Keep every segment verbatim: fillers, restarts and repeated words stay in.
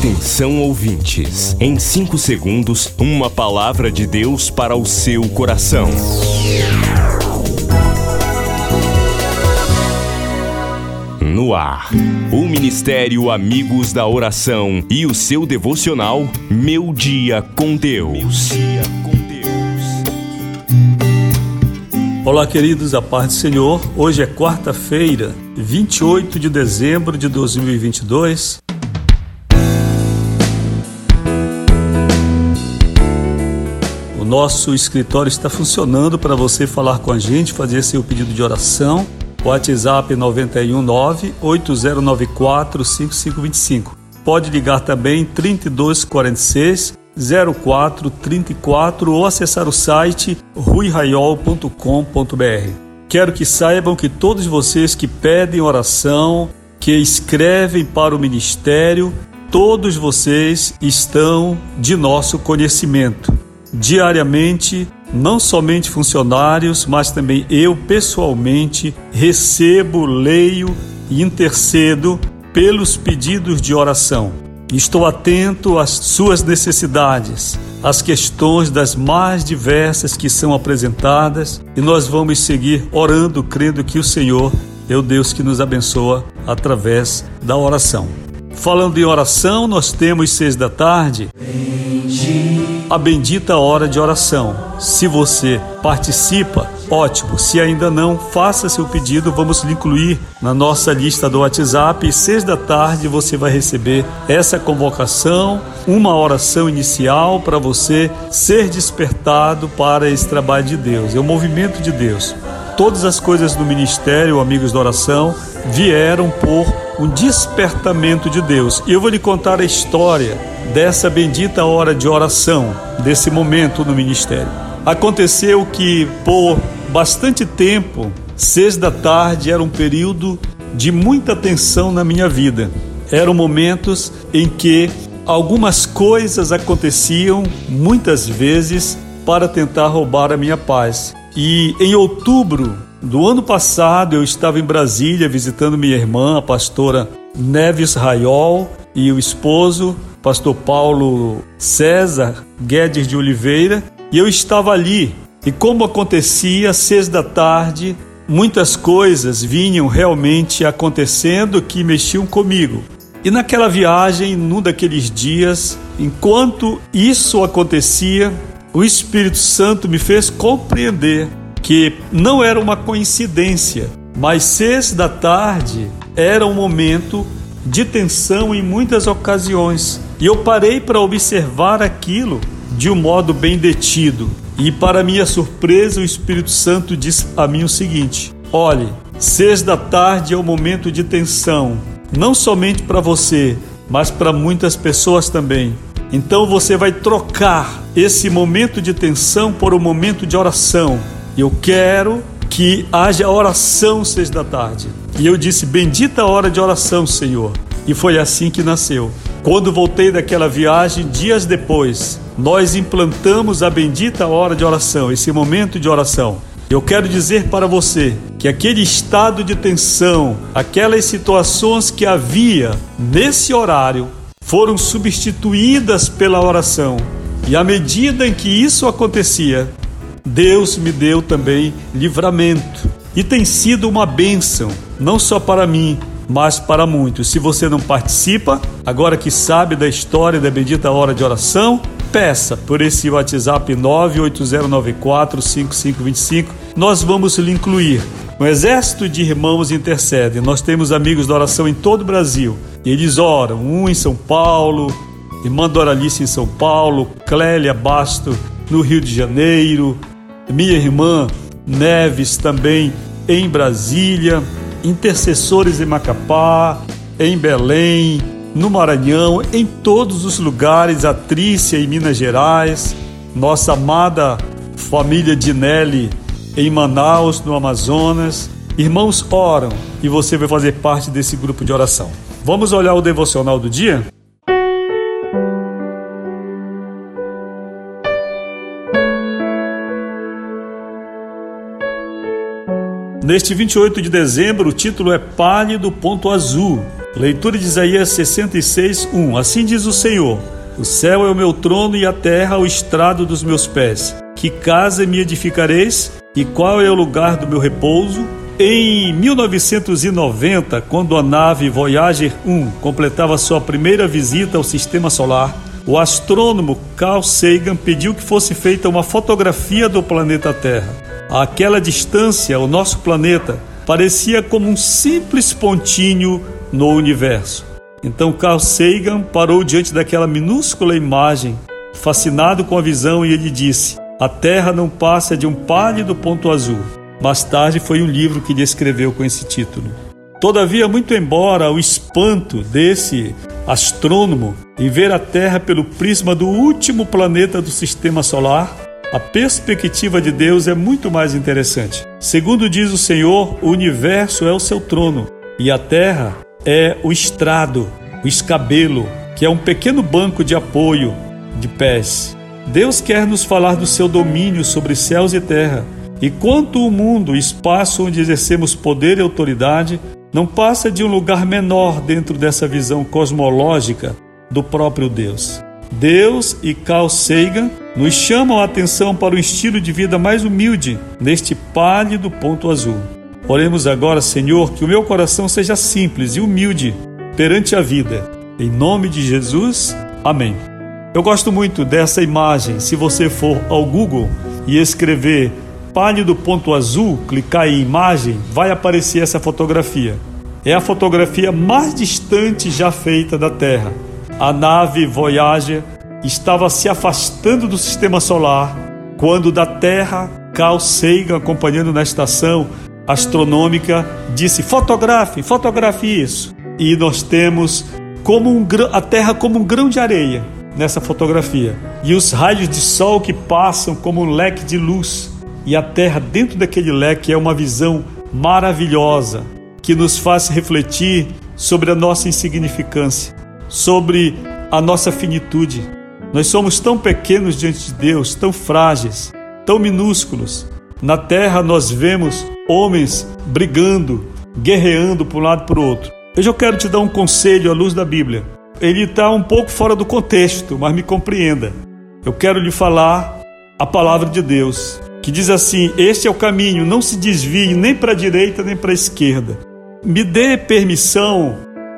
Atenção, ouvintes. Em cinco segundos, uma palavra de Deus para o seu coração. No ar, o Ministério Amigos da Oração e o seu devocional Meu Dia com Deus. Olá, queridos, a paz do Senhor. Hoje é quarta-feira, vinte e oito de dezembro de dois mil e vinte e dois. O nosso escritório está funcionando para você falar com a gente, fazer seu pedido de oração. WhatsApp nove um nove, oito zero nove quatro, cinco cinco dois cinco. Pode ligar também trinta e dois quarenta e seis, zero quatro trinta e quatro ou acessar o site rui raiol ponto com ponto br. Quero que saibam que todos vocês que pedem oração, que escrevem para o ministério, todos vocês estão de nosso conhecimento. Diariamente, não somente funcionários, mas também eu pessoalmente recebo, leio e intercedo pelos pedidos de oração. Estou atento às suas necessidades, às questões das mais diversas que são apresentadas, e nós vamos seguir orando, crendo que o Senhor é o Deus que nos abençoa através da oração. Falando em oração, nós temos seis da tarde a bendita hora de oração. Se você participa, ótimo. Se ainda não, faça seu pedido, vamos lhe incluir na nossa lista do WhatsApp. E seis da tarde você vai receber essa convocação, uma oração inicial para você ser despertado para esse trabalho de Deus. É o movimento de Deus. Todas as coisas do ministério, amigos da oração, vieram por um despertamento de Deus. E eu vou lhe contar a história dessa bendita hora de oração, desse momento no ministério. Aconteceu que por bastante tempo, seis da tarde era um período de muita tensão na minha vida. Eram momentos em que algumas coisas aconteciam, muitas vezes, para tentar roubar a minha paz. E em outubro do ano passado, eu estava em Brasília visitando minha irmã, a pastora Neves Raiol, e o esposo, pastor Paulo César Guedes de Oliveira, e eu estava ali. E como acontecia, seis da tarde, muitas coisas vinham realmente acontecendo que mexiam comigo. E naquela viagem, num daqueles dias, enquanto isso acontecia, o Espírito Santo me fez compreender que não era uma coincidência, mas seis da tarde era um momento de tensão em muitas ocasiões. E eu parei para observar aquilo de um modo bem detido. E para minha surpresa, o Espírito Santo disse a mim o seguinte: olhe, seis da tarde é um momento de tensão, não somente para você, mas para muitas pessoas também. Então você vai trocar esse momento de tensão por um momento de oração. Eu quero que haja oração seis da tarde. E eu disse: bendita hora de oração, Senhor. E foi assim que nasceu. Quando voltei daquela viagem, dias depois, nós implantamos a bendita hora de oração, esse momento de oração. Eu quero dizer para você que aquele estado de tensão, aquelas situações que havia nesse horário, foram substituídas pela oração. E à medida em que isso acontecia, Deus me deu também livramento. E tem sido uma bênção, não só para mim, mas para muitos. Se você não participa, agora que sabe da história da bendita hora de oração, peça por esse WhatsApp nove oito zero nove quatro, cinco cinco dois cinco. Nós vamos lhe incluir. Um exército de irmãos intercede. Nós temos amigos da oração em todo o Brasil. Eles oram, um em São Paulo, irmã Doralice em São Paulo, Clélia Basto no Rio de Janeiro, minha irmã Neves também em Brasília, intercessores em Macapá, em Belém, no Maranhão, em todos os lugares, a Trícia em Minas Gerais, nossa amada família Dinelli em Manaus, no Amazonas. Irmãos, oram e você vai fazer parte desse grupo de oração. Vamos olhar o devocional do dia? Neste vinte e oito de dezembro, o título é Pálido Ponto Azul. Leitura de Isaías sessenta e seis, um. Assim diz o Senhor: o céu é o meu trono e a terra o estrado dos meus pés. Que casa me edificareis? E qual é o lugar do meu repouso? Em mil novecentos e noventa, quando a nave Voyager um completava sua primeira visita ao Sistema Solar, o astrônomo Carl Sagan pediu que fosse feita uma fotografia do planeta Terra. Àquela distância, o nosso planeta parecia como um simples pontinho no universo. Então Carl Sagan parou diante daquela minúscula imagem, fascinado com a visão, e ele disse: a Terra não passa de um pálido ponto azul. Mais tarde foi um livro que ele escreveu com esse título. Todavia, muito embora o espanto desse astrônomo em ver a Terra pelo prisma do último planeta do Sistema Solar, a perspectiva de Deus é muito mais interessante. Segundo diz o Senhor, o universo é o seu trono e a Terra é o estrado, o escabelo, que é um pequeno banco de apoio de pés. Deus quer nos falar do seu domínio sobre céus e terra. E quanto o mundo, o espaço onde exercemos poder e autoridade, não passa de um lugar menor dentro dessa visão cosmológica do próprio Deus. Deus e Carl Sagan nos chamam a atenção para um estilo de vida mais humilde neste pálido ponto azul. Oremos agora, Senhor, que o meu coração seja simples e humilde perante a vida. Em nome de Jesus, amém. Eu gosto muito dessa imagem. Se você for ao Google e escrever pálido ponto azul, clicar em imagem, vai aparecer essa fotografia. É a fotografia mais distante já feita da Terra. A nave Voyager estava se afastando do Sistema Solar quando da Terra, Carl Sagan, acompanhando na estação astronômica, disse: fotografe, fotografe isso. E nós temos como um, a Terra como um grão de areia nessa fotografia. E os raios de sol que passam como um leque de luz. E a Terra dentro daquele leque é uma visão maravilhosa que nos faz refletir sobre a nossa insignificância, sobre a nossa finitude. Nós somos tão pequenos diante de Deus, tão frágeis, tão minúsculos. Na Terra nós vemos homens brigando, guerreando para um lado e para o outro. Hoje eu quero te dar um conselho à luz da Bíblia. Ele está um pouco fora do contexto, mas me compreenda. Eu quero lhe falar a palavra de Deus, que diz assim: este é o caminho, não se desvie nem para a direita nem para a esquerda. Me dê permissão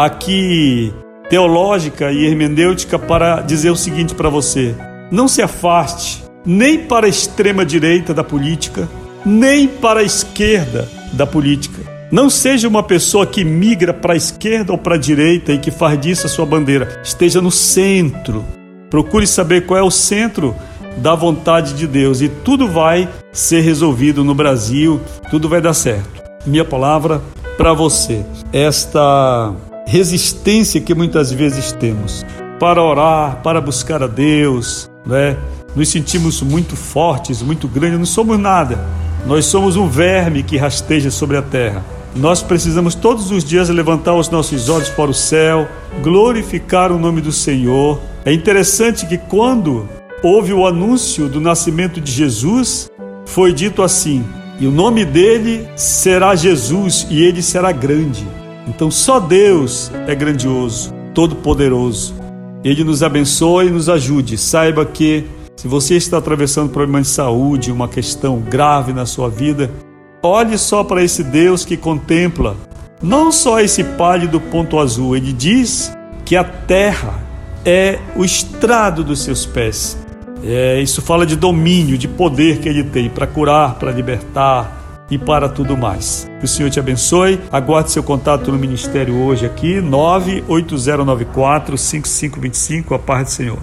aqui teológica e hermenêutica para dizer o seguinte para você: não se afaste nem para a extrema direita da política, nem para a esquerda da política. Não seja uma pessoa que migra para a esquerda ou para a direita e que faz disso a sua bandeira. Esteja no centro. Procure saber qual é o centro da vontade de Deus e tudo vai ser resolvido no Brasil, tudo vai dar certo. Minha palavra para você: esta resistência que muitas vezes temos para orar, para buscar a Deus, né? Nos sentimos muito fortes, muito grandes, não somos nada. Nós somos um verme que rasteja sobre a terra. Nós precisamos todos os dias levantar os nossos olhos para o céu, glorificar o nome do Senhor. É interessante que quando houve o anúncio do nascimento de Jesus, foi dito assim: e o nome dele será Jesus e ele será grande. Então só Deus é grandioso, todo-poderoso. Ele nos abençoe e nos ajude. Saiba que se você está atravessando problema de saúde, uma questão grave na sua vida, olhe só para esse Deus que contempla não só esse pálido ponto azul. Ele diz que a terra é o estrado dos seus pés. É, isso fala de domínio, de poder que ele tem para curar, para libertar e para tudo mais. Que o Senhor te abençoe. Aguarde seu contato no ministério hoje aqui, nove oito zero nove quatro, cinco cinco dois cinco. A paz do Senhor.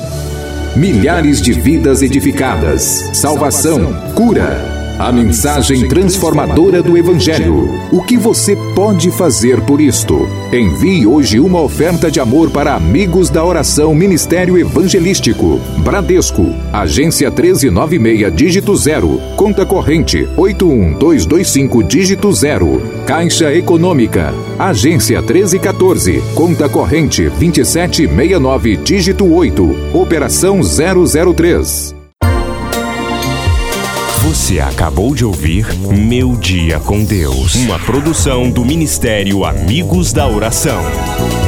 Milhares de vidas edificadas, salvação, cura. A mensagem transformadora do Evangelho. O que você pode fazer por isto? Envie hoje uma oferta de amor para Amigos da Oração Ministério Evangelístico. Bradesco, agência treze noventa e seis, dígito zero. Conta corrente oito um dois dois cinco, dígito zero. Caixa Econômica, agência treze quatorze. Conta corrente vinte e sete sessenta e nove, dígito oito. Operação zero zero três. Você acabou de ouvir Meu Dia com Deus, uma produção do Ministério Amigos da Oração.